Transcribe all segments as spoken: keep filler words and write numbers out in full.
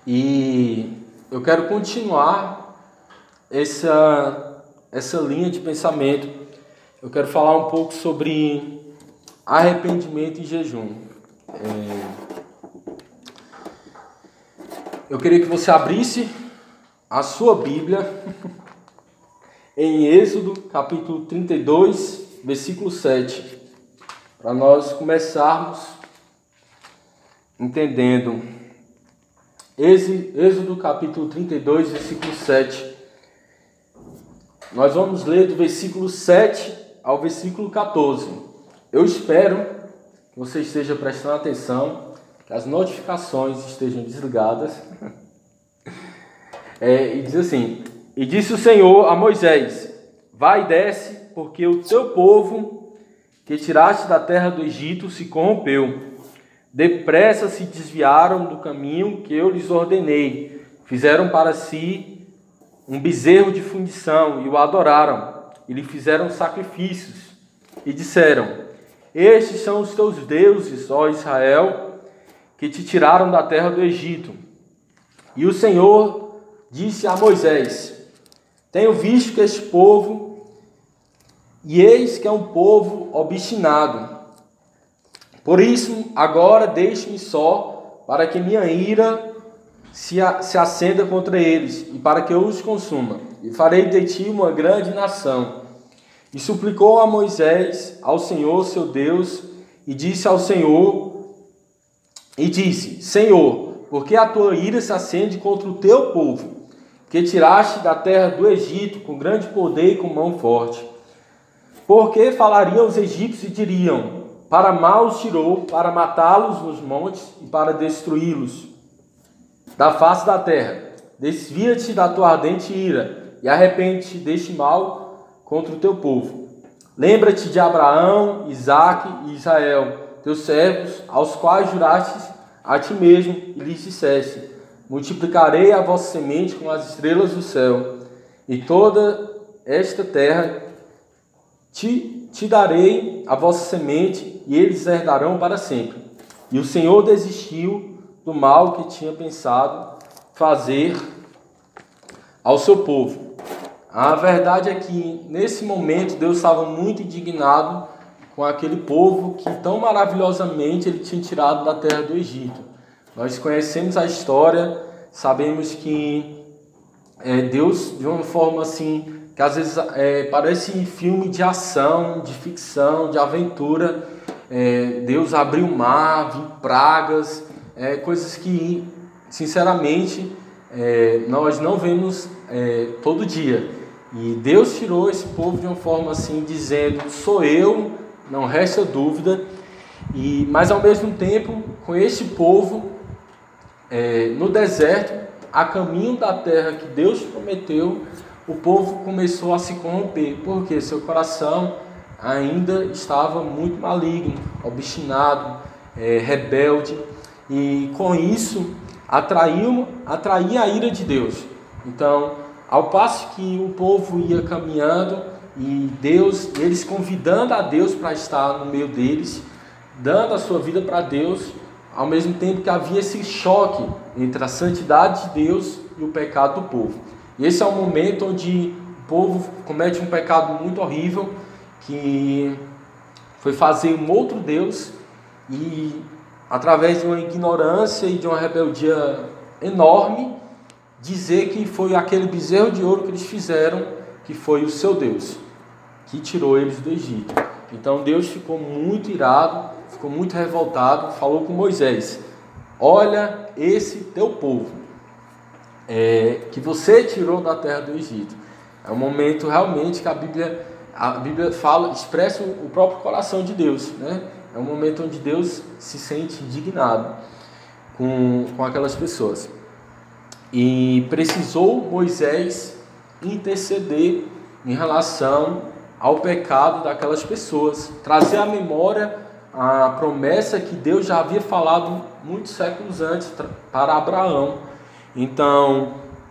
E eu quero continuar essa, essa linha de pensamento. Eu quero falar um pouco sobre arrependimento e jejum. É... Eu queria que você abrisse a sua Bíblia em Êxodo, capítulo trinta e dois, versículo sete, para nós começarmos entendendo. Êxodo, capítulo trinta e dois, versículo sete. Nós vamos ler do versículo sete ao versículo catorze. Eu espero que você esteja prestando atenção, que as notificações estejam desligadas. É, e diz assim: E disse o Senhor a Moisés: Vai e desce, porque o teu povo que tiraste da terra do Egito se corrompeu. Depressa se desviaram do caminho que eu lhes ordenei. Fizeram para si um bezerro de fundição e o adoraram. E lhe fizeram sacrifícios. E disseram: Estes são os teus deuses, ó Israel, que te tiraram da terra do Egito. E o Senhor disse a Moisés: Tenho visto que este povo, e eis que é um povo obstinado. Por isso, agora deixe-me só, para que minha ira se, a, se acenda contra eles, e para que eu os consuma. E farei de ti uma grande nação. E suplicou a Moisés ao Senhor, seu Deus, e disse ao Senhor, e disse: Senhor, por que a tua ira se acende contra o teu povo, que tiraste da terra do Egito com grande poder e com mão forte? Porque falariam os egípcios e diriam: Para mal os tirou, para matá-los nos montes e para destruí-los da face da terra. Desvia-te da tua ardente ira e arrepende-te deste mal contra o teu povo. Lembra-te de Abraão, Isaque e Israel, teus servos, aos quais jurastes a ti mesmo e lhes disseste: Multiplicarei a vossa semente como as estrelas do céu, e toda esta terra te, te darei a vossa semente, e eles herdarão para sempre. E o Senhor desistiu do mal que tinha pensado fazer ao seu povo. A verdade é que, nesse momento, Deus estava muito indignado com aquele povo que tão maravilhosamente ele tinha tirado da terra do Egito. Nós conhecemos a história, sabemos que é, Deus, de uma forma assim, que às vezes é, parece filme de ação, de ficção, de aventura, é, Deus abriu o mar, viu pragas, é, coisas que, sinceramente, é, nós não vemos é, todo dia. E Deus tirou esse povo de uma forma assim, dizendo: sou eu, não resta dúvida. E, mas ao mesmo tempo, com este povo é, no deserto, a caminho da terra que Deus prometeu, o povo começou a se corromper, porque seu coração ainda estava muito maligno, obstinado, é, rebelde, e com isso atraiu, atraía a ira de Deus. Então, ao passo que o povo ia caminhando e Deus, eles convidando a Deus para estar no meio deles, dando a sua vida para Deus, ao mesmo tempo que havia esse choque entre a santidade de Deus e o pecado do povo. E esse é o momento onde o povo comete um pecado muito horrível, que foi fazer um outro Deus e, através de uma ignorância e de uma rebeldia enorme, dizer que foi aquele bezerro de ouro que eles fizeram, que foi o seu Deus, que tirou eles do Egito. Então Deus ficou muito irado, ficou muito revoltado, falou com Moisés: olha esse teu povo, é, que você tirou da terra do Egito. É um momento realmente que a Bíblia, a Bíblia fala, expressa o próprio coração de Deus, né? É um momento onde Deus se sente indignado com, com aquelas pessoas. E precisou Moisés interceder em relação ao pecado daquelas pessoas, trazer à memória a promessa que Deus já havia falado muitos séculos antes para Abraão. Então,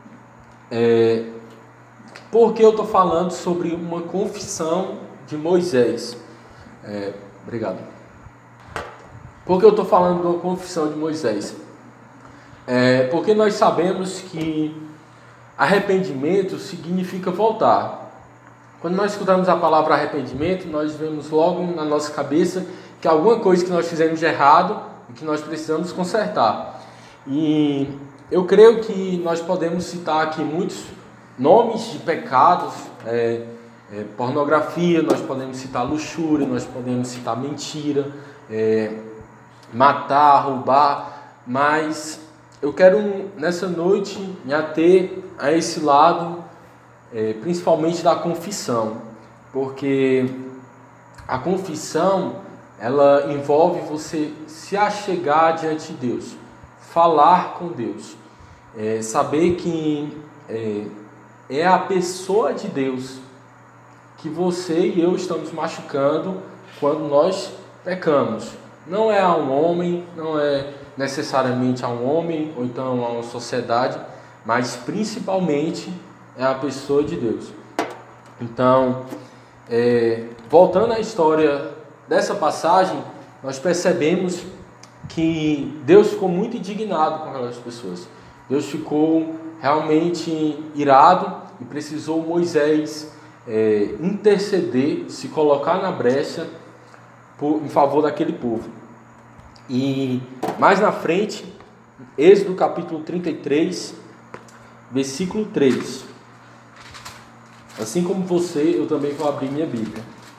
é, por que eu estou falando sobre uma confissão de Moisés? É, obrigado. Por que eu estou falando de uma confissão de Moisés? É, porque nós sabemos que arrependimento significa voltar. Quando nós escutamos a palavra arrependimento, nós vemos logo na nossa cabeça que alguma coisa que nós fizemos de errado e que nós precisamos consertar. E eu creio que nós podemos citar aqui muitos nomes de pecados, é, é, pornografia, nós podemos citar luxúria, nós podemos citar mentira, é, matar, roubar, mas eu quero nessa noite me ater a esse lado, é, principalmente da confissão, porque a confissão ela envolve você se achegar diante de Deus, falar com Deus, é, saber que é, é a pessoa de Deus que você e eu estamos machucando quando nós pecamos. Não é a um homem, não é necessariamente a um homem ou então a uma sociedade, mas principalmente é a pessoa de Deus. Então, é, voltando à história dessa passagem, nós percebemos que Deus ficou muito indignado com aquelas pessoas. Deus ficou realmente irado e precisou Moisés é, interceder, se colocar na brecha por, em favor daquele povo. E mais na frente, Êxodo capítulo trinta e três, versículo três. Assim como você, eu também vou abrir minha Bíblia.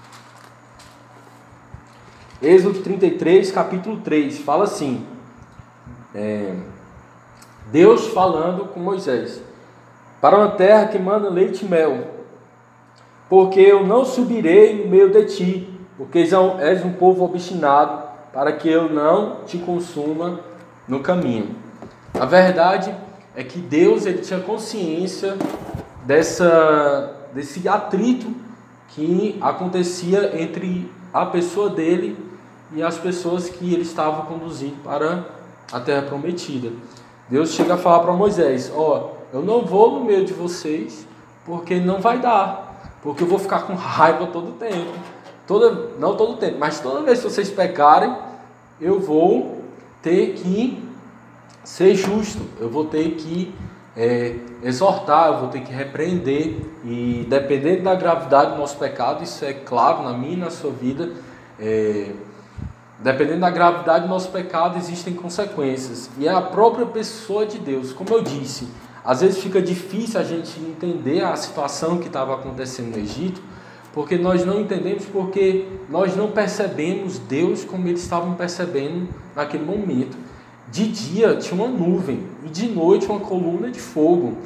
Êxodo trinta e três, capítulo três, fala assim, é, Deus falando com Moisés: para uma terra que manda leite e mel, porque eu não subirei no meio de ti, porque és um povo obstinado, para que eu não te consuma no caminho. A verdade é que Deus ele tinha consciência dessa, desse atrito que acontecia entre a pessoa dele e as pessoas que ele estava conduzindo para a terra prometida. Deus chega a falar para Moisés: ó, eu não vou no meio de vocês, porque não vai dar, porque eu vou ficar com raiva todo o tempo, toda, não todo o tempo, mas toda vez que vocês pecarem, eu vou ter que ser justo, eu vou ter que é, exortar, eu vou ter que repreender, e dependendo da gravidade do nosso pecado, isso é claro na minha e na sua vida, é, dependendo da gravidade do nosso pecado, existem consequências, e é a própria pessoa de Deus. Como eu disse, às vezes fica difícil a gente entender a situação que estava acontecendo no Egito, porque nós não entendemos, porque nós não percebemos Deus como eles estavam percebendo naquele momento. De dia tinha uma nuvem e de noite uma coluna de fogo.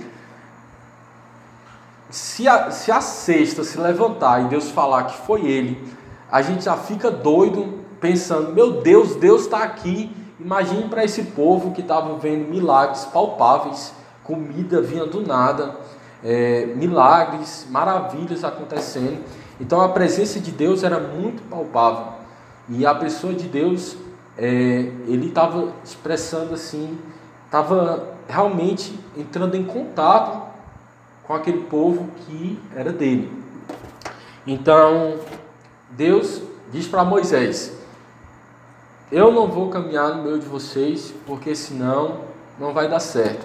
Se a, se a cesta se levantar e Deus falar que foi ele, a gente já fica doido pensando: meu Deus, Deus está aqui. Imagine para esse povo que estava vendo milagres palpáveis, comida vinha do nada, é, milagres, maravilhas acontecendo. Então a presença de Deus era muito palpável, e a pessoa de Deus, é, ele estava expressando assim, estava realmente entrando em contato com aquele povo que era dele. Então Deus diz para Moisés: eu não vou caminhar no meio de vocês, porque senão não vai dar certo.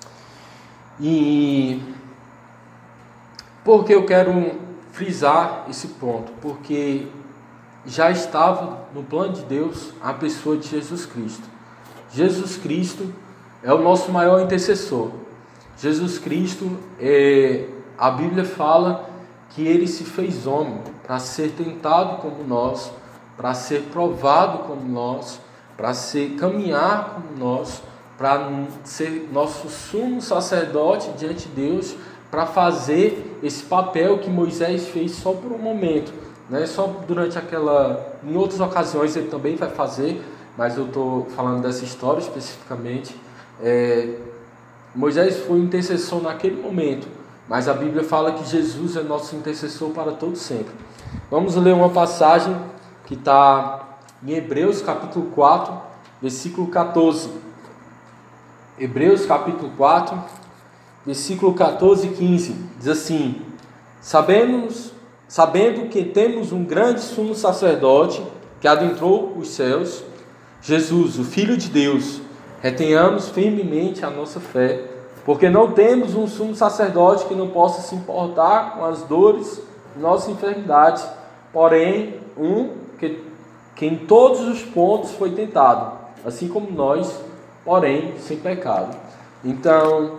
E por que eu quero frisar esse ponto? Porque já estava no plano de Deus a pessoa de Jesus Cristo. Jesus Cristo é o nosso maior intercessor. Jesus Cristo, é, a Bíblia fala que ele se fez homem para ser tentado como nós, para ser provado como nós, para ser caminhar como nós, para ser nosso sumo sacerdote diante de Deus, para fazer esse papel que Moisés fez só por um momento, né? Só durante aquela... Em outras ocasiões ele também vai fazer, mas eu estou falando dessa história especificamente. É, Moisés foi um intercessor naquele momento, mas a Bíblia fala que Jesus é nosso intercessor para todo sempre. Vamos ler uma passagem que está em Hebreus capítulo quatro, versículo catorze. Hebreus capítulo quatro, versículo catorze e quinze, diz assim: Sabemos, sabendo que temos um grande sumo sacerdote que adentrou os céus, Jesus, o Filho de Deus, retenhamos firmemente a nossa fé, porque não temos um sumo sacerdote que não possa se importar com as dores de nossas enfermidades, porém um que, que em todos os pontos foi tentado, assim como nós, porém sem pecado. Então,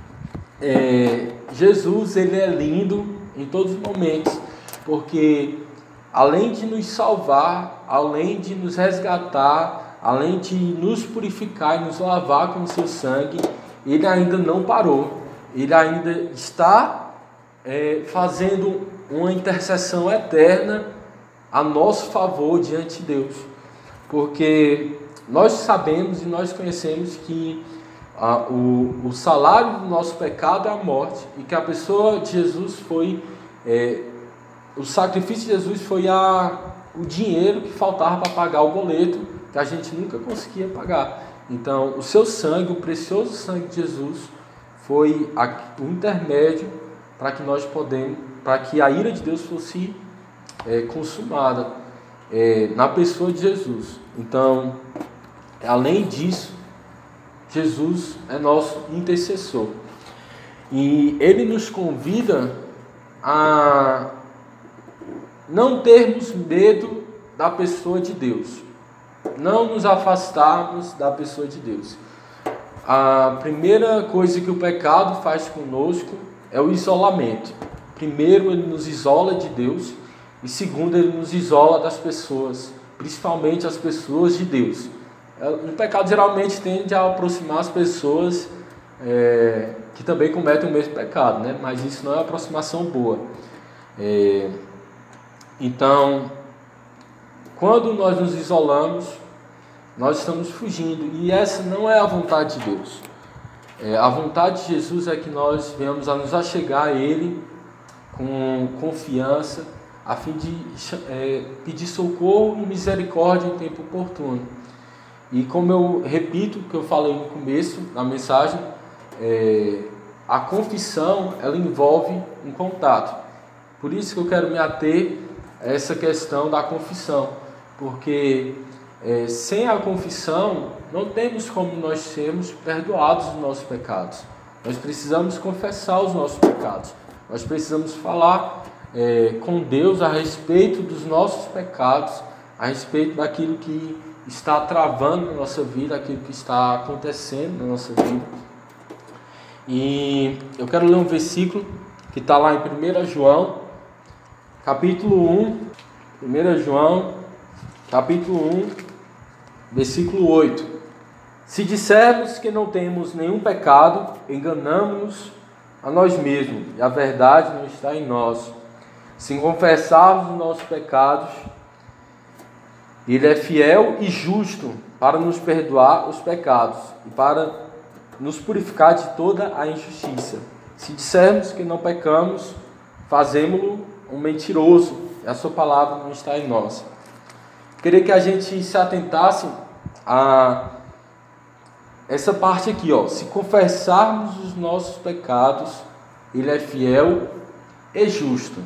é, Jesus, ele é lindo em todos os momentos, porque além de nos salvar, além de nos resgatar, além de nos purificar e nos lavar com o seu sangue, ele ainda não parou. Ele ainda está é, fazendo uma intercessão eterna a nosso favor diante de Deus. Porque nós sabemos e nós conhecemos que ah, o, o salário do nosso pecado é a morte, e que a pessoa de Jesus foi, é, o sacrifício de Jesus foi a, o dinheiro que faltava para pagar o boleto que a gente nunca conseguia pagar. Então, o seu sangue, o precioso sangue de Jesus, foi o intermédio para que nós podemos, para que a ira de Deus fosse é, consumada é, na pessoa de Jesus. Então, além disso, Jesus é nosso intercessor. E ele nos convida a não termos medo da pessoa de Deus, não nos afastarmos da pessoa de Deus. A primeira coisa que o pecado faz conosco é o isolamento. Primeiro, ele nos isola de Deus, e segundo, ele nos isola das pessoas, principalmente as pessoas de Deus. O pecado geralmente tende a aproximar as pessoas é, que também cometem o mesmo pecado, né? Mas isso não é uma aproximação boa. É, então, quando nós nos isolamos, nós estamos fugindo, e essa não é a vontade de Deus. É, a vontade de Jesus é que nós venhamos a nos achegar a Ele com confiança, a fim de é, pedir socorro e misericórdia em tempo oportuno. E como eu repito o que eu falei no começo da mensagem, é, a confissão, ela envolve um contato. Por isso que eu quero me ater a essa questão da confissão, porque é, sem a confissão não temos como nós sermos perdoados dos nossos pecados. Nós precisamos confessar os nossos pecados, nós precisamos falar é, com Deus a respeito dos nossos pecados, a respeito daquilo que está travando na nossa vida, aquilo que está acontecendo na nossa vida. E eu quero ler um versículo que está lá em primeiro João, capítulo um, primeiro João, capítulo um, versículo oito. Se dissermos que não temos nenhum pecado, enganamos-nos a nós mesmos, e a verdade não está em nós. Se confessarmos os nossos pecados, Ele é fiel e justo para nos perdoar os pecados e para nos purificar de toda a injustiça. Se dissermos que não pecamos, fazemo-lo um mentiroso, e a sua palavra não está em nós. Queria que a gente se atentasse a essa parte aqui, ó. Se confessarmos os nossos pecados, Ele é fiel e justo.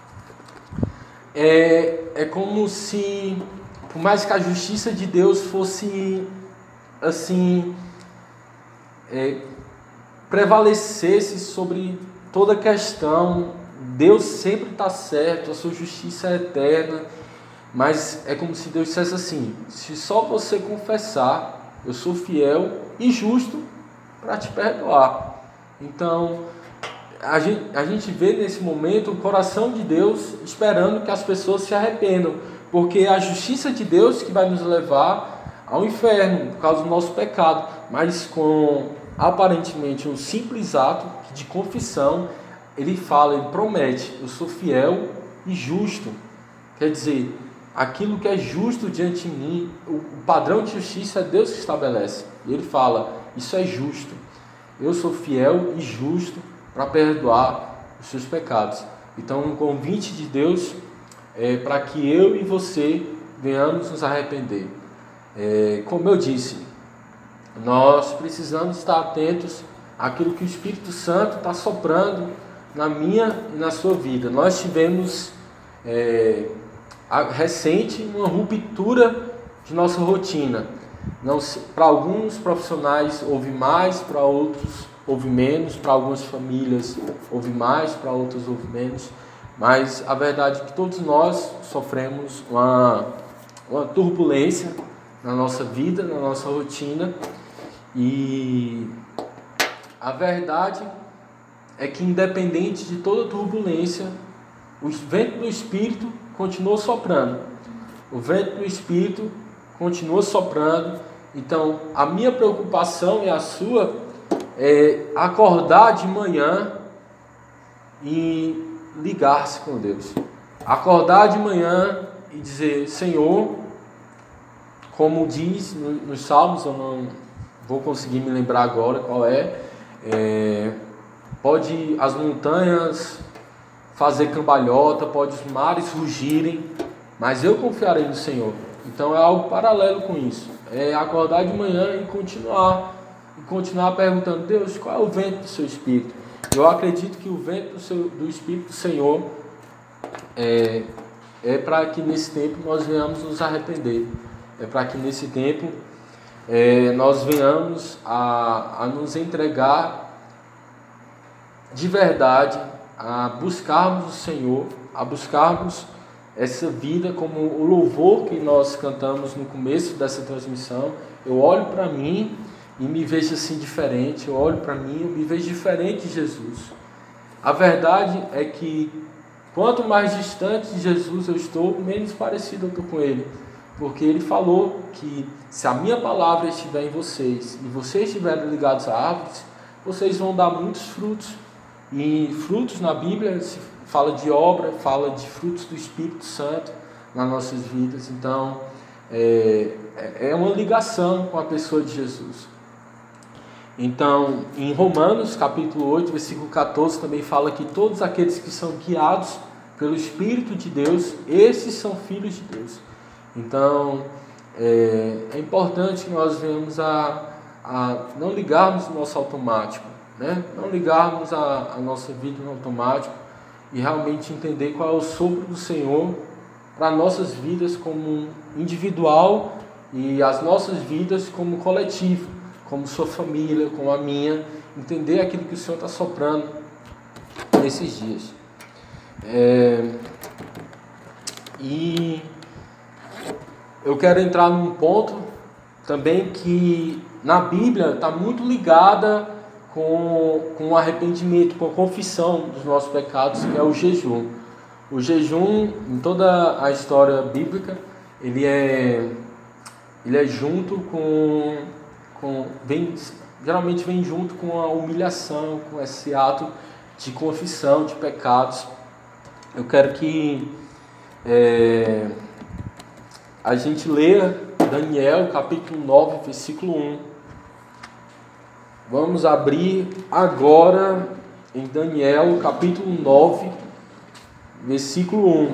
É, é como se, por mais que a justiça de Deus fosse assim, é, prevalecesse sobre toda questão, Deus sempre está certo, a sua justiça é eterna, mas é como se Deus dissesse assim: se só você confessar, eu sou fiel e justo para te perdoar. Então, a gente, a gente vê nesse momento o coração de Deus esperando que as pessoas se arrependam, porque é a justiça de Deus que vai nos levar ao inferno por causa do nosso pecado, mas com aparentemente um simples ato de confissão, Ele fala, Ele promete: eu sou fiel e justo. Quer dizer, aquilo que é justo diante de mim, o padrão de justiça é Deus que estabelece. E Ele fala: isso é justo. Eu sou fiel e justo para perdoar os seus pecados. Então, um convite de Deus é para que eu e você venhamos nos arrepender. É, como eu disse, nós precisamos estar atentos àquilo que o Espírito Santo está soprando na minha e na sua vida. Nós tivemos é, a, recente uma ruptura de nossa rotina. Não, para alguns profissionais houve mais, para outros houve menos, para algumas famílias houve mais, para outras houve menos. Mas a verdade é que todos nós sofremos uma, uma turbulência na nossa vida, na nossa rotina. E a verdade é que, independente de toda turbulência, o vento do Espírito continua soprando. O vento do Espírito continua soprando. Então, a minha preocupação e a sua é acordar de manhã e ligar-se com Deus. Acordar de manhã e dizer: Senhor, como diz nos Salmos, eu não vou conseguir me lembrar agora qual é, é pode as montanhas fazer cambalhota, pode os mares rugirem, mas eu confiarei no Senhor. Então é algo paralelo com isso. É acordar de manhã e continuar, e continuar perguntando: Deus, qual é o vento do seu Espírito? Eu acredito que o vento do, seu, do Espírito do Senhor é, é para que nesse tempo nós venhamos nos arrepender. É para que nesse tempo é, nós venhamos a, a nos entregar de verdade, a buscarmos o Senhor, a buscarmos essa vida como o louvor que nós cantamos no começo dessa transmissão. Eu olho para mim e me vejo assim diferente, eu olho para mim e me vejo diferente de Jesus. A verdade é que quanto mais distante de Jesus eu estou, menos parecido eu estou com Ele. Porque Ele falou que se a minha palavra estiver em vocês e vocês estiverem ligados a árvores, vocês vão dar muitos frutos. E frutos na Bíblia se fala de obra, fala de frutos do Espírito Santo nas nossas vidas. Então é, é uma ligação com a pessoa de Jesus. Então, em Romanos capítulo oito, versículo catorze, também fala que todos aqueles que são guiados pelo Espírito de Deus, esses são filhos de Deus. Então é, é importante que nós venhamos a, a não ligarmos o nosso automático, né? Não ligarmos a, a nossa vida no automático e realmente entender qual é o sopro do Senhor para nossas vidas como individual e as nossas vidas como coletivo, como sua família, como a minha. Entender aquilo que o Senhor está soprando nesses dias. É, e eu quero entrar num ponto também que na Bíblia está muito ligada com, com o arrependimento, com a confissão dos nossos pecados, que é o jejum. O jejum, em toda a história bíblica, ele é, ele é junto com, com vem, geralmente vem junto com a humilhação, com esse ato de confissão de pecados. Eu quero que é, a gente leia Daniel capítulo nove, versículo um. Vamos abrir agora em Daniel capítulo nove, versículo um.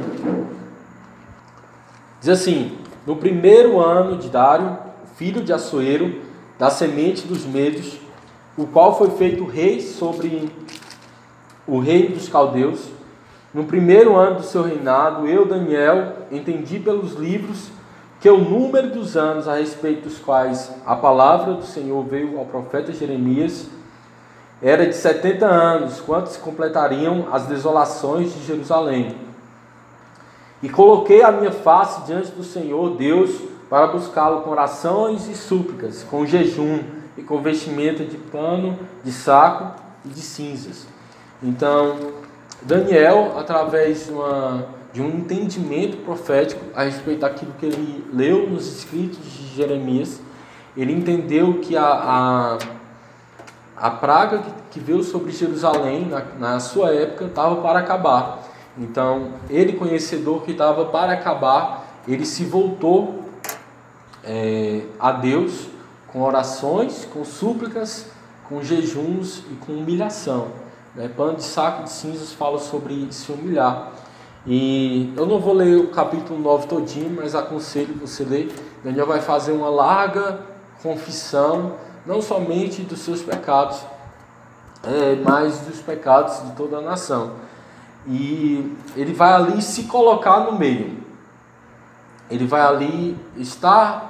Diz assim: no primeiro ano de Dário, filho de Assuero, da semente dos Medos, o qual foi feito rei sobre o reino dos caldeus, no primeiro ano do seu reinado, eu, Daniel, entendi pelos livros que o número dos anos a respeito dos quais a palavra do Senhor veio ao profeta Jeremias era de setenta anos, quando se completariam as desolações de Jerusalém. E coloquei a minha face diante do Senhor Deus para buscá-lo com orações e súplicas, com jejum e com vestimenta de pano, de saco e de cinzas. Então, Daniel, através de, uma, de um entendimento profético a respeito daquilo que ele leu nos escritos de Jeremias, ele entendeu que a, a, a praga que, que veio sobre Jerusalém na, na sua época estava para acabar. Então, ele, conhecedor que estava para acabar, ele se voltou é, a Deus com orações, com súplicas, com jejuns e com humilhação. Né? Pano de saco de cinzas fala sobre se humilhar. E eu não vou ler o capítulo nove todinho, mas aconselho você ler. Daniel vai fazer uma larga confissão, não somente dos seus pecados, é, mas dos pecados de toda a nação. E ele vai ali se colocar no meio. Ele vai ali estar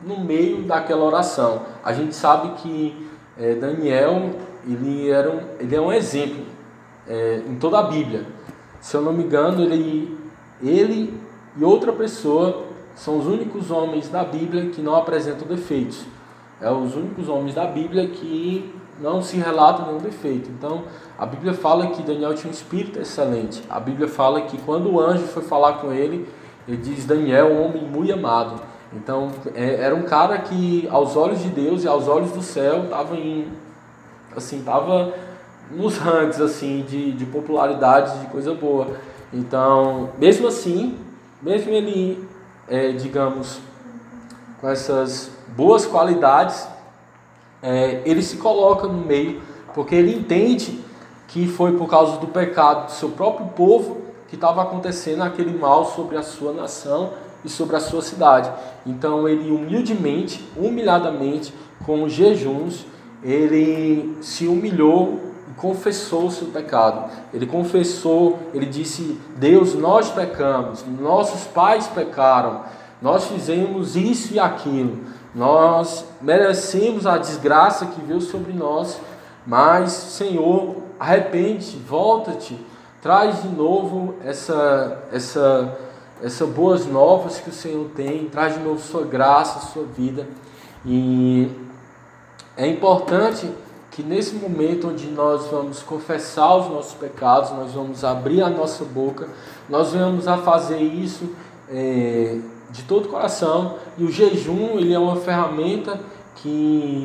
no meio daquela oração. A gente sabe que é, Daniel ele, era um, ele é um exemplo é, em toda a Bíblia. Se eu não me engano, ele, ele e outra pessoa são os únicos homens da Bíblia que não apresentam defeitos. É os únicos homens da Bíblia que não se relata nenhum defeito. Então, a Bíblia fala que Daniel tinha um espírito excelente. A Bíblia fala que quando o anjo foi falar com ele, ele diz: Daniel, um homem muito amado. Então, é, era um cara que, aos olhos de Deus e aos olhos do céu, estava em, assim, tava nos ranks assim, de, de popularidade, de coisa boa. Então, mesmo assim, mesmo ele, é, digamos, com essas boas qualidades, é, ele se coloca no meio, porque ele entende que foi por causa do pecado do seu próprio povo que estava acontecendo aquele mal sobre a sua nação e sobre a sua cidade. Então ele humildemente, humilhadamente, com jejuns, ele se humilhou e confessou o seu pecado. Ele confessou, ele disse: Deus, nós pecamos, nossos pais pecaram, nós fizemos isso e aquilo, nós merecemos a desgraça que veio sobre nós, mas, Senhor, arrepende-te, volta-te, traz de novo essa, essa, essa boas novas que o Senhor tem, traz de novo sua graça, sua vida. E é importante que nesse momento onde nós vamos confessar os nossos pecados, nós vamos abrir a nossa boca, nós venhamos a fazer isso é, de todo o coração. E o jejum, ele é uma ferramenta que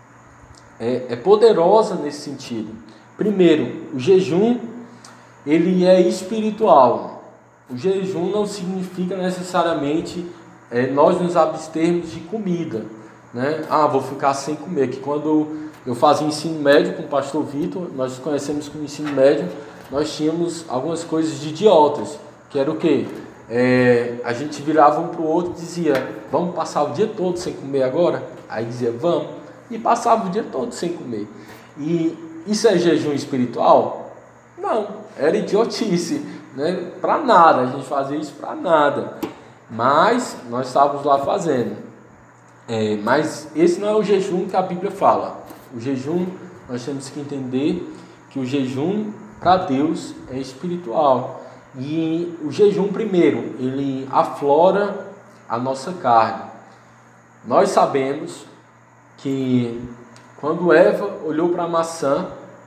é, é poderosa nesse sentido. Primeiro, o jejum, ele é espiritual. O jejum não significa necessariamente é, nós nos abstermos de comida, né? Ah, vou ficar sem comer. Que quando eu fazia ensino médio com o pastor Vitor, nós conhecemos como ensino médio, nós tínhamos algumas coisas de idiotas, que era o quê? É, a gente virava um para o outro e dizia: vamos passar o dia todo sem comer agora? Aí dizia: vamos. E passava o dia todo sem comer. E isso é jejum espiritual? Não, era idiotice, né? Para nada, a gente fazia isso para nada. Mas nós estávamos lá fazendo. É, mas esse não é o jejum que a Bíblia fala. O jejum, nós temos que entender que o jejum para Deus é espiritual. E o jejum, primeiro, ele aflora a nossa carne. Nós sabemos que quando Eva olhou para a maçã,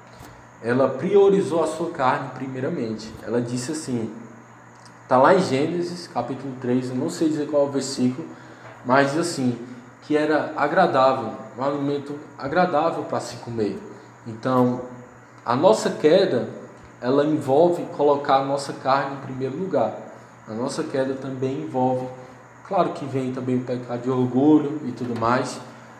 ela priorizou a sua carne primeiramente. Ela disse assim, está lá em Gênesis capítulo três, eu não sei dizer qual é o versículo, mas diz assim, que era agradável, um alimento agradável para se comer. Então, a nossa queda, ela envolve colocar a nossa carne em primeiro lugar. A nossa queda também envolve, claro que vem também o pecado de orgulho e tudo mais,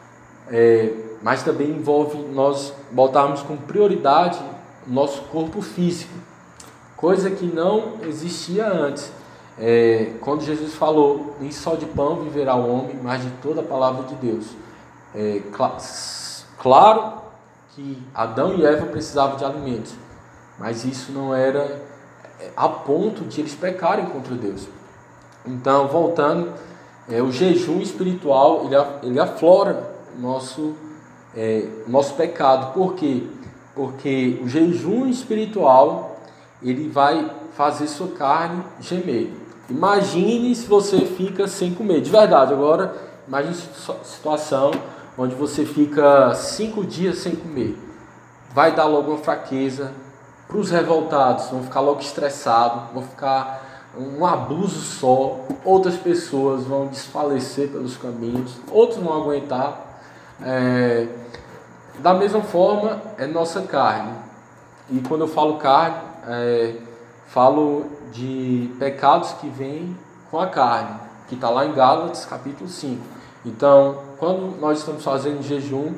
é, mas também envolve nós botarmos como prioridade o nosso corpo físico, coisa que não existia antes. É, quando Jesus falou, nem só de pão viverá o homem, mas de toda a palavra de Deus. É, cl- claro que Adão e Eva precisavam de alimentos, mas isso não era a ponto de eles pecarem contra Deus. Então, voltando, é, o jejum espiritual, ele, ele aflora o nosso, é, nosso pecado. Por quê? Porque o jejum espiritual, ele vai fazer sua carne gemer. Imagine se você fica sem comer, de verdade. Agora, imagine a situação onde você fica cinco dias sem comer. Vai dar logo uma fraqueza. Para os revoltados, vão ficar logo estressados, vão ficar um abuso só. Outras pessoas vão desfalecer pelos caminhos, outros vão aguentar. É, da mesma forma, é nossa carne. E quando eu falo carne, é, falo de pecados que vêm com a carne, que está lá em Gálatas capítulo cinco. Então, quando nós estamos fazendo jejum,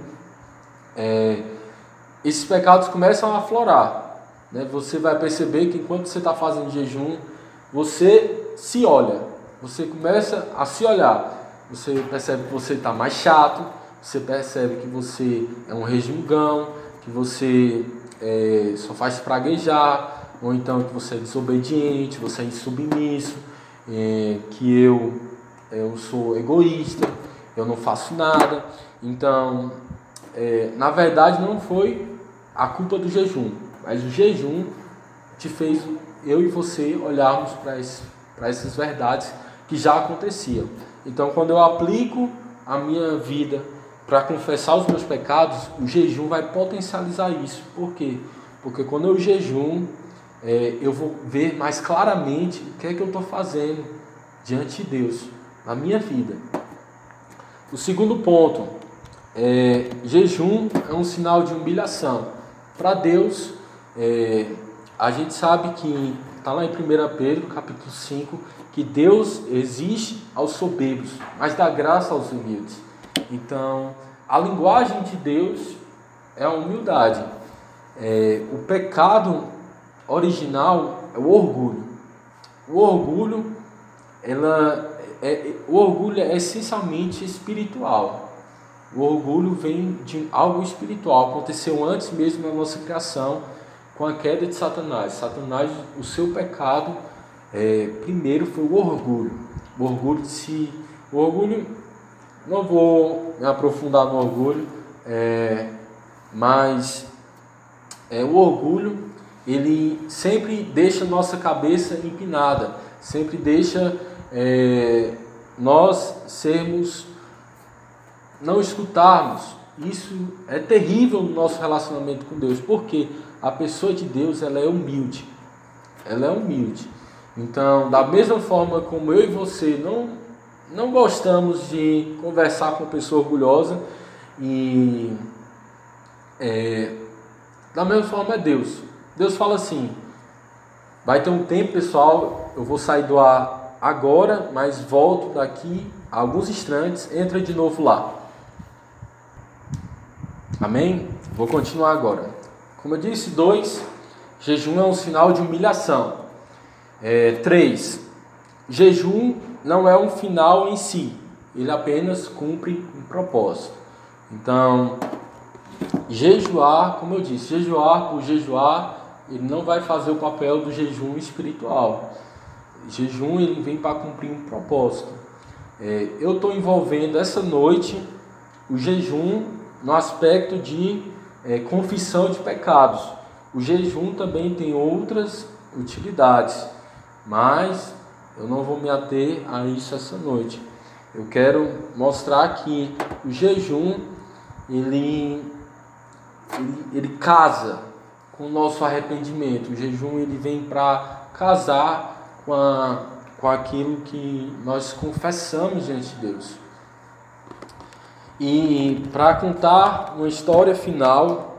é, esses pecados começam a aflorar. Né? Você vai perceber que enquanto você está fazendo jejum, você se olha, você começa a se olhar. Você percebe que você está mais chato, você percebe que você é um resmungão, que você é, só faz praguejar, ou então que você é desobediente, você é insubmisso, é, que eu, eu sou egoísta. eu não faço nada. Então, é, na verdade não foi a culpa do jejum, mas o jejum te fez, eu e você, olharmos para essas verdades que já aconteciam. Então, quando eu aplico a minha vida para confessar os meus pecados, o jejum vai potencializar isso. Por quê? Porque quando eu jejum, é, eu vou ver mais claramente o que é que eu estou fazendo diante de Deus, na minha vida. O segundo ponto, é, jejum é um sinal de humilhação. Para Deus, é, a gente sabe que está lá em primeiro Pedro, capítulo cinco, que Deus existe aos soberbos, mas dá graça aos humildes. Então, a linguagem de Deus é a humildade. É, o pecado original é o orgulho. O orgulho, ela, é, o orgulho é essencialmente espiritual. O orgulho vem de algo espiritual. Aconteceu antes mesmo da nossa criação, com a queda de Satanás. Satanás, o seu pecado, é, primeiro foi o orgulho. O orgulho de si. O orgulho, não vou me aprofundar no orgulho, é, mas é, o orgulho, ele sempre deixa nossa cabeça empinada, sempre deixa é, nós sermos, não escutarmos. Isso é terrível no nosso relacionamento com Deus, porque a pessoa de Deus, ela é humilde, ela é humilde. Então, da mesma forma como eu e você não, não gostamos de conversar com uma pessoa orgulhosa, e é, da mesma forma é Deus. Deus fala assim: vai ter um tempo, pessoal, eu vou sair do ar agora, mas volto daqui a alguns instantes, entra de novo lá. Amém? Vou continuar agora. Como eu disse, dois, jejum é um sinal de humilhação. É, três, jejum não é um final em si, ele apenas cumpre um propósito. Então, jejuar, como eu disse, jejuar por jejuar, ele não vai fazer o papel do jejum espiritual. Jejum, ele vem para cumprir um propósito. É, eu estou envolvendo essa noite o jejum no aspecto de é, confissão de pecados. O jejum também tem outras utilidades, mas eu não vou me ater a isso essa noite. Eu quero mostrar que o jejum, ele, ele, ele casa com o nosso arrependimento. O jejum, ele vem para casar com, a, com aquilo que nós confessamos diante de Deus. E para contar uma história final,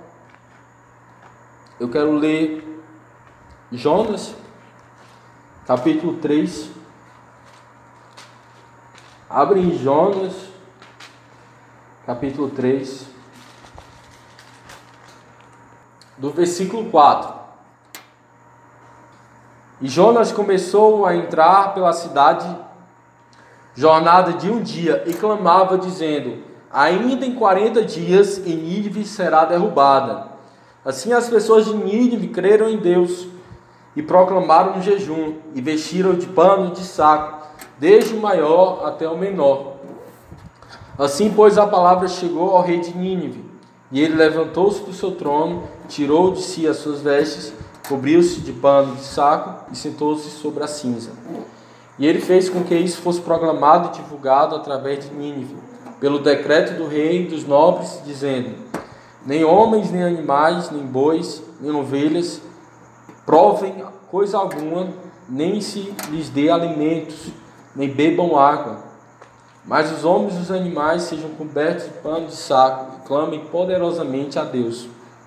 eu quero ler Jonas, capítulo três. Abre em Jonas, capítulo três, do versículo quatro. E Jonas começou a entrar pela cidade, jornada de um dia, e clamava, dizendo: ainda em quarenta dias, e Nínive será derrubada. Assim as pessoas de Nínive creram em Deus, e proclamaram um jejum, e vestiram de pano de saco, desde o maior até o menor. Assim, pois, a palavra chegou ao rei de Nínive, e ele levantou-se do seu trono, tirou de si as suas vestes, cobriu-se de pano de saco, e sentou-se sobre a cinza. E ele fez com que isso fosse proclamado e divulgado através de Nínive, pelo decreto do rei e dos nobres, dizendo: nem homens, nem animais, nem bois, nem ovelhas provem coisa alguma, nem se lhes dê alimentos, nem bebam água. Mas os homens e os animais sejam cobertos de pano de saco e clamem poderosamente a Deus.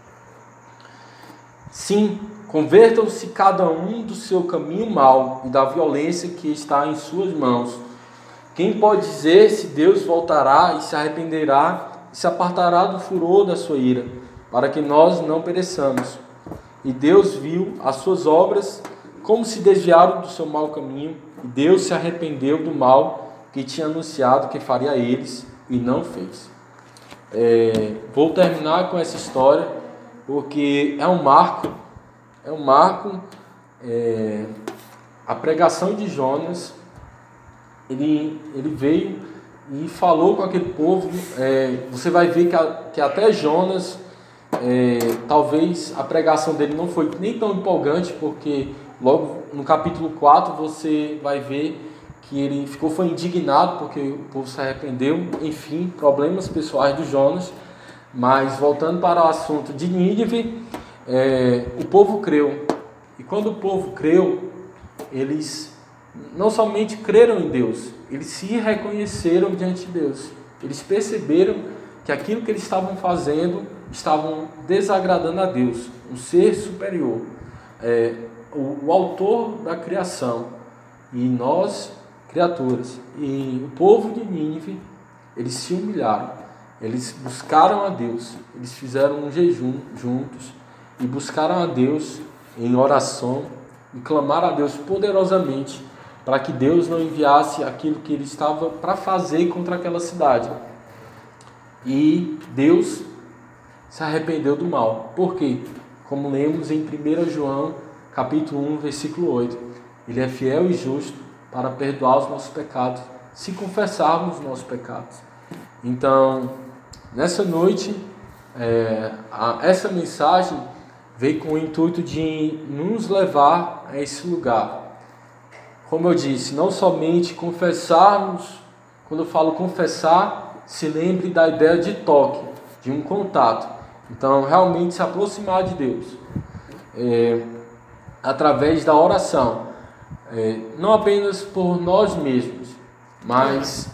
Sim, convertam-se cada um do seu caminho mau e da violência que está em suas mãos. Quem pode dizer se Deus voltará e se arrependerá e se apartará do furor da sua ira, para que nós não pereçamos? E Deus viu as suas obras, como se desviaram do seu mau caminho, e Deus se arrependeu do mal que tinha anunciado que faria a eles, e não fez. É, vou terminar com essa história, porque é um marco, é um marco, é, a pregação de Jonas, ele, ele veio e falou com aquele povo. É, você vai ver que, a, que até Jonas, é, talvez a pregação dele não foi nem tão empolgante, porque logo no capítulo quatro você vai ver que ele ficou foi indignado porque o povo se arrependeu. Enfim, problemas pessoais do Jonas. Mas voltando para o assunto de Nínive, é, o povo creu. E quando o povo creu, eles não somente creram em Deus, eles se reconheceram diante de Deus. Eles perceberam que aquilo que eles estavam fazendo estavam desagradando a Deus, um ser superior, é, o, o autor da criação, e nós, criaturas. E o povo de Nínive, eles se humilharam. Eles buscaram a Deus, eles fizeram um jejum juntos e buscaram a Deus em oração e clamaram a Deus poderosamente para que Deus não enviasse aquilo que ele estava para fazer contra aquela cidade. E Deus se arrependeu do mal. Por quê? Como lemos em primeiro João, capítulo um, versículo oito. Ele é fiel e justo para perdoar os nossos pecados, se confessarmos os nossos pecados. Então, nessa noite, é, a, essa mensagem veio com o intuito de nos levar a esse lugar. Como eu disse, não somente confessarmos. Quando eu falo confessar, se lembre da ideia de toque, de um contato. Então, realmente se aproximar de Deus, é, através da oração, é, não apenas por nós mesmos, mas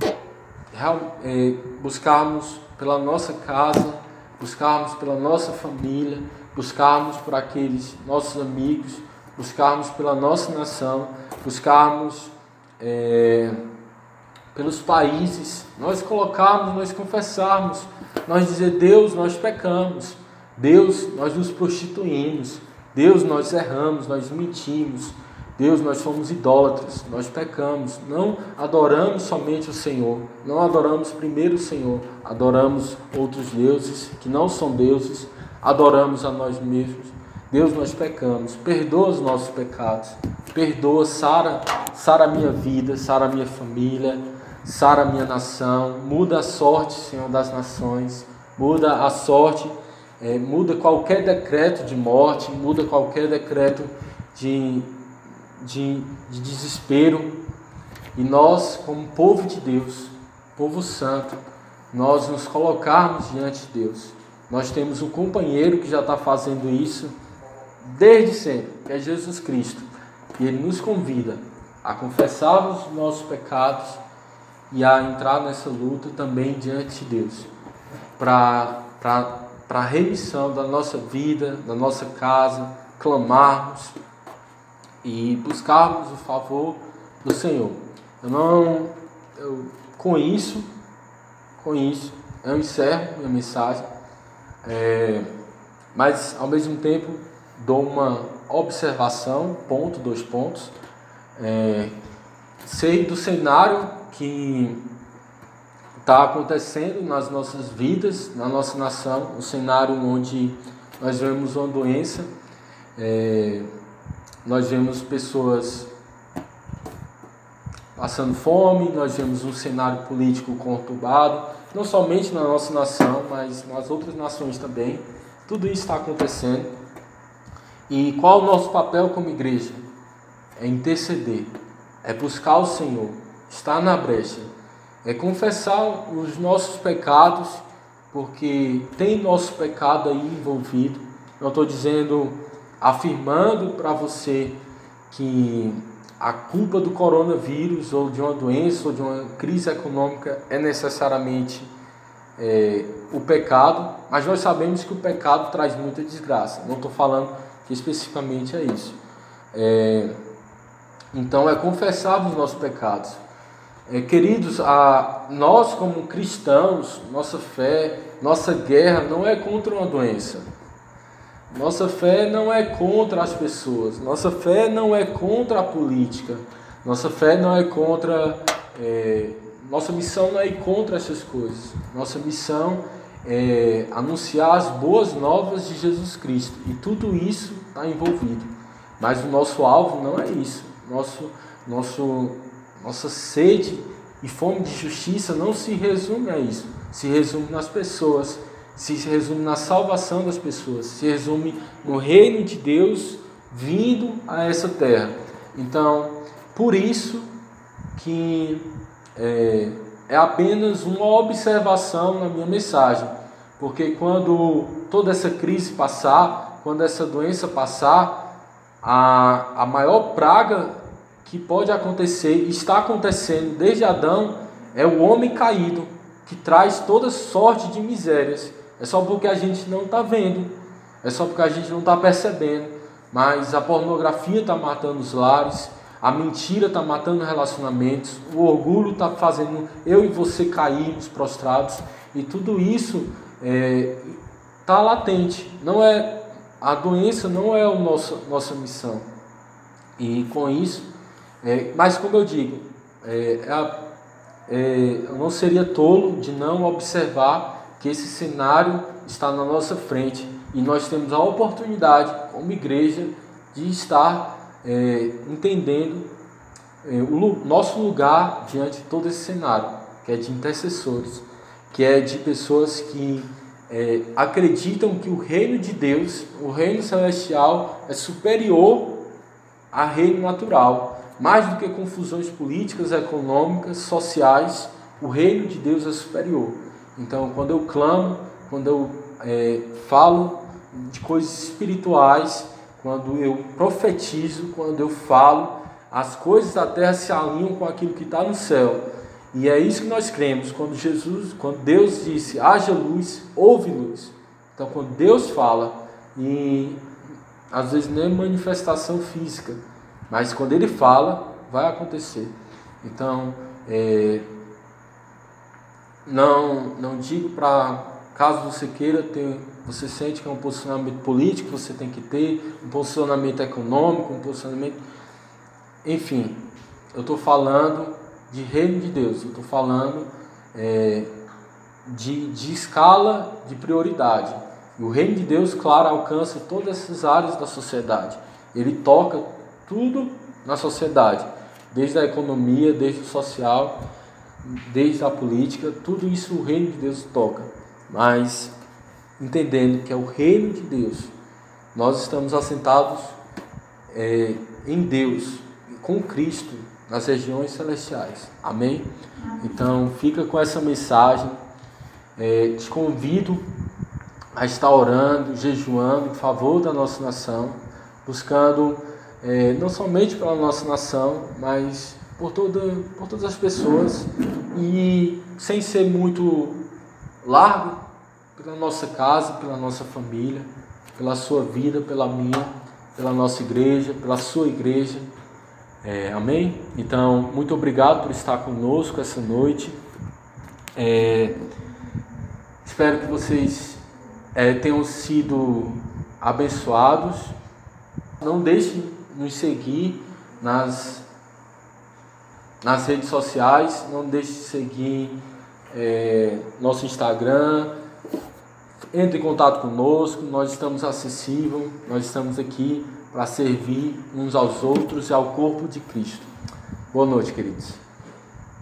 é, buscarmos pela nossa casa, buscarmos pela nossa família, buscarmos por aqueles nossos amigos, buscarmos pela nossa nação, buscarmos é, pelos países, nós colocarmos, nós confessarmos, nós dizer: Deus, nós pecamos, Deus, nós nos prostituímos, Deus, nós erramos, nós mentimos, Deus, nós somos idólatras, nós pecamos, não adoramos somente o Senhor, não adoramos primeiro o Senhor, adoramos outros deuses que não são deuses, adoramos a nós mesmos. Deus, nós pecamos, perdoa os nossos pecados, perdoa, sara, sara a minha vida, sara a minha família, sara a minha nação, muda a sorte, Senhor, das nações, muda a sorte, é, muda qualquer decreto de morte, muda qualquer decreto de... De, de desespero. E nós, como povo de Deus, povo santo, nós nos colocarmos diante de Deus. Nós temos um companheiro que já está fazendo isso desde sempre, que é Jesus Cristo, e Ele nos convida a confessarmos os nossos pecados e a entrar nessa luta também diante de Deus, para para para a remissão da nossa vida, da nossa casa, clamarmos e buscarmos o favor do Senhor. Eu não, eu, com isso, com isso, eu encerro minha mensagem, é, mas ao mesmo tempo dou uma observação, ponto, dois pontos. É, sei do cenário que está acontecendo nas nossas vidas, na nossa nação, um cenário onde nós vemos uma doença, é, nós vemos pessoas passando fome, nós vemos um cenário político conturbado, não somente na nossa nação, mas nas outras nações também. Tudo isso está acontecendo. E qual é o nosso papel como igreja? É interceder, é buscar o Senhor, estar na brecha, é confessar os nossos pecados, porque tem nosso pecado aí envolvido. Não estou dizendo, afirmando para você que a culpa do coronavírus ou de uma doença ou de uma crise econômica é necessariamente é, o pecado, mas nós sabemos que o pecado traz muita desgraça. Não estou falando que especificamente é isso. É, então é confessar os nossos pecados. É, queridos, a, nós como cristãos, nossa fé, nossa guerra não é contra uma doença. Nossa fé não é contra as pessoas, nossa fé não é contra a política, nossa fé não é contra, é, nossa missão não é ir contra essas coisas. Nossa missão é anunciar as boas novas de Jesus Cristo, e tudo isso está envolvido. Mas o nosso alvo não é isso. Nosso, nosso, nossa sede E fome de justiça não se resume a isso, se resume nas pessoas, se resume na salvação das pessoas, se resume no reino de Deus vindo a essa terra. Então, por isso que é, é apenas uma observação na minha mensagem, porque quando toda essa crise passar, quando essa doença passar, a, a maior praga que pode acontecer, está acontecendo desde Adão, é o homem caído, que traz toda sorte de misérias. É só porque a gente não está vendo, é só porque a gente não está percebendo, mas a pornografia está matando os lares, a mentira está matando relacionamentos, o orgulho está fazendo eu e você cairmos prostrados, e tudo isso está é, latente. Não é, a doença não é a nossa, nossa missão. E com isso, é, mas como eu digo, é, é, eu não seria tolo de não observar que esse cenário está na nossa frente e nós temos a oportunidade, como igreja, de estar é, entendendo é, o nosso lugar diante de todo esse cenário, que é de intercessores, que é de pessoas que é, acreditam que o reino de Deus, o reino celestial, é superior ao reino natural. Mais do que confusões políticas, econômicas, sociais, o reino de Deus é superior. Então, quando eu clamo, quando eu é, falo de coisas espirituais, quando eu profetizo, quando eu falo, as coisas da terra se alinham com aquilo que está no céu. E é isso que nós cremos. Quando Jesus, quando Deus disse, haja luz, houve luz. Então, quando Deus fala, e às vezes nem manifestação física, mas quando Ele fala, vai acontecer. Então, é, não, não digo para, caso você queira ter, você sente que é um posicionamento político, você tem que ter um posicionamento econômico, um posicionamento, enfim, eu estou falando de reino de Deus, eu estou falando é, de, de escala de prioridade. E o reino de Deus, claro, alcança todas essas áreas da sociedade. Ele toca tudo na sociedade, desde a economia, desde o social, desde a política, tudo isso o reino de Deus toca. Mas entendendo que é o reino de Deus, nós estamos assentados é, em Deus, com Cristo, nas regiões celestiais. Amém? Então fica com essa mensagem. É, te convido a estar orando, jejuando em favor da nossa nação, buscando é, não somente pela nossa nação, mas por, toda, por todas as pessoas, e sem ser muito largo, pela nossa casa, pela nossa família, pela sua vida, pela minha, pela nossa igreja, pela sua igreja. É, amém? Então, muito obrigado por estar conosco essa noite. É, espero que vocês é, tenham sido abençoados. Não deixe de nos seguir nas, nas redes sociais, não deixe de seguir é, nosso Instagram. Entre em contato conosco, nós estamos acessíveis, nós estamos aqui para servir uns aos outros e ao corpo de Cristo. Boa noite, queridos.